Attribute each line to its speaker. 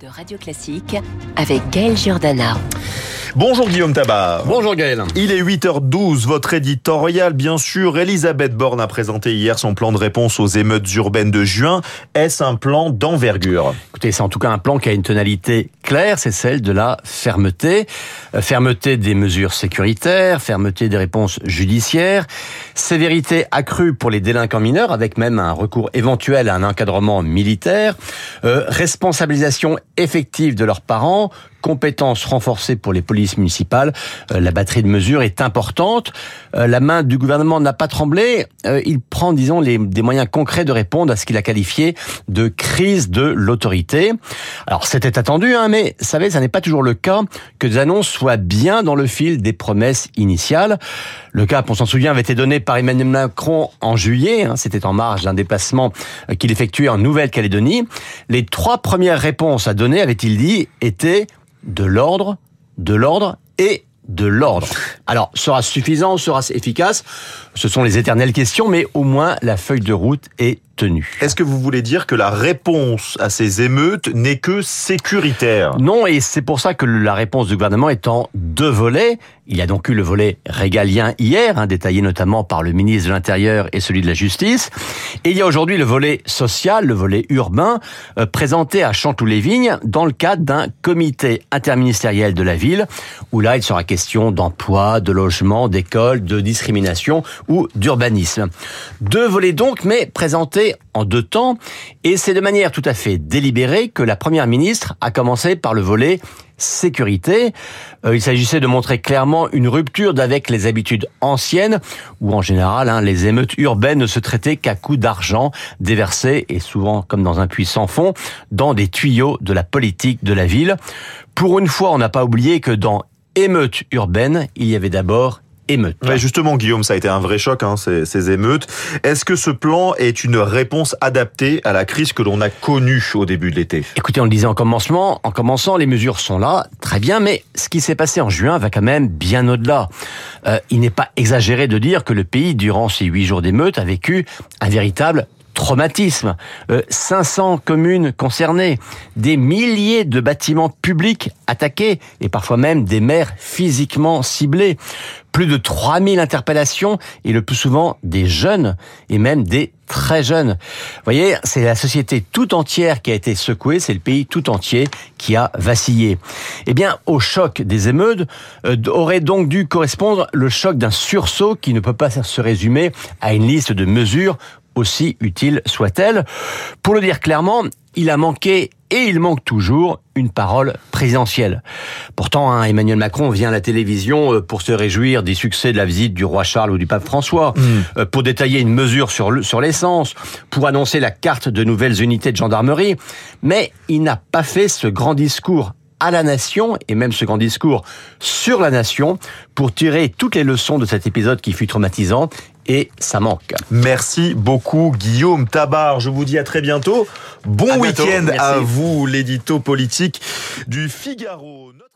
Speaker 1: de Radio Classique avec Gaël Giordana.
Speaker 2: Bonjour Guillaume Tabar.
Speaker 3: Bonjour Gaël.
Speaker 2: Il est 8h12, votre éditorial bien sûr. Elisabeth Borne a présenté hier son plan de réponse aux émeutes urbaines de juin. Est-ce un plan d'envergure ?
Speaker 3: Écoutez, c'est en tout cas un plan qui a une tonalité claire, c'est celle de la fermeté. Fermeté des mesures sécuritaires, fermeté des réponses judiciaires, sévérité accrue pour les délinquants mineurs avec même un recours éventuel à un encadrement militaire, responsabilisation effective de leurs parents, compétences renforcées pour les polices municipales. La batterie de mesures est importante. La main du gouvernement n'a pas tremblé. Il prend, disons, des moyens concrets de répondre à ce qu'il a qualifié de crise de l'autorité. Alors, c'était attendu, mais vous savez, ça n'est pas toujours le cas que des annonces soient bien dans le fil des promesses initiales. Le cap, on s'en souvient, avait été donné par Emmanuel Macron en juillet. C'était en marge d'un déplacement qu'il effectuait en Nouvelle-Calédonie. Les 3 premières réponses à donner, avait-il dit, étaient de l'ordre et de l'ordre. Alors, sera-ce suffisant, sera-ce efficace ? Ce sont les éternelles questions, mais au moins la feuille de route est tenue.
Speaker 2: Est-ce que vous voulez dire que la réponse à ces émeutes n'est que sécuritaire ?
Speaker 3: Non, et c'est pour ça que la réponse du gouvernement est en 2 volets. Il y a donc eu le volet régalien hier, détaillé notamment par le ministre de l'Intérieur et celui de la Justice. Et il y a aujourd'hui le volet social, le volet urbain, présenté à Chanteloup-les-Vignes dans le cadre d'un comité interministériel de la ville, où là, il sera question d'emploi, de logement, d'école, de discrimination ou d'urbanisme. 2 volets donc, mais présentés en 2 temps, et c'est de manière tout à fait délibérée que la Première ministre a commencé par le volet sécurité. Il s'agissait de montrer clairement une rupture avec les habitudes anciennes, où en général, les émeutes urbaines ne se traitaient qu'à coups d'argent déversés, et souvent comme dans un puits sans fond, dans des tuyaux de la politique de la ville. Pour une fois, on n'a pas oublié que dans émeutes urbaines, il y avait d'abord émeutes.
Speaker 2: Ouais, justement, Guillaume, ça a été un vrai choc, ces émeutes. Est-ce que ce plan est une réponse adaptée à la crise que l'on a connue au début de l'été ?
Speaker 3: Écoutez, on le disait en commençant, les mesures sont là, très bien, mais ce qui s'est passé en juin va quand même bien au-delà. Il n'est pas exagéré de dire que le pays, durant ces 8 jours d'émeutes, a vécu un véritable traumatisme. 500 communes concernées, des milliers de bâtiments publics attaqués et parfois même des maires physiquement ciblés. Plus de 3000 interpellations et le plus souvent des jeunes et même des très jeunes. Vous voyez, c'est la société tout entière qui a été secouée, c'est le pays tout entier qui a vacillé. Eh bien, au choc des émeutes aurait donc dû correspondre le choc d'un sursaut qui ne peut pas se résumer à une liste de mesures aussi utile soit-elle. Pour le dire clairement, il a manqué et il manque toujours une parole présidentielle. Pourtant, Emmanuel Macron vient à la télévision pour se réjouir des succès de la visite du roi Charles ou du pape François, pour détailler une mesure sur l'essence, pour annoncer la carte de nouvelles unités de gendarmerie. Mais il n'a pas fait ce grand discours à la nation, et même ce grand discours sur la nation, pour tirer toutes les leçons de cet épisode qui fut traumatisant, et ça manque.
Speaker 2: Merci beaucoup Guillaume Tabar, je vous dis à très bientôt. Bon week-end à vous, l'édito politique du Figaro.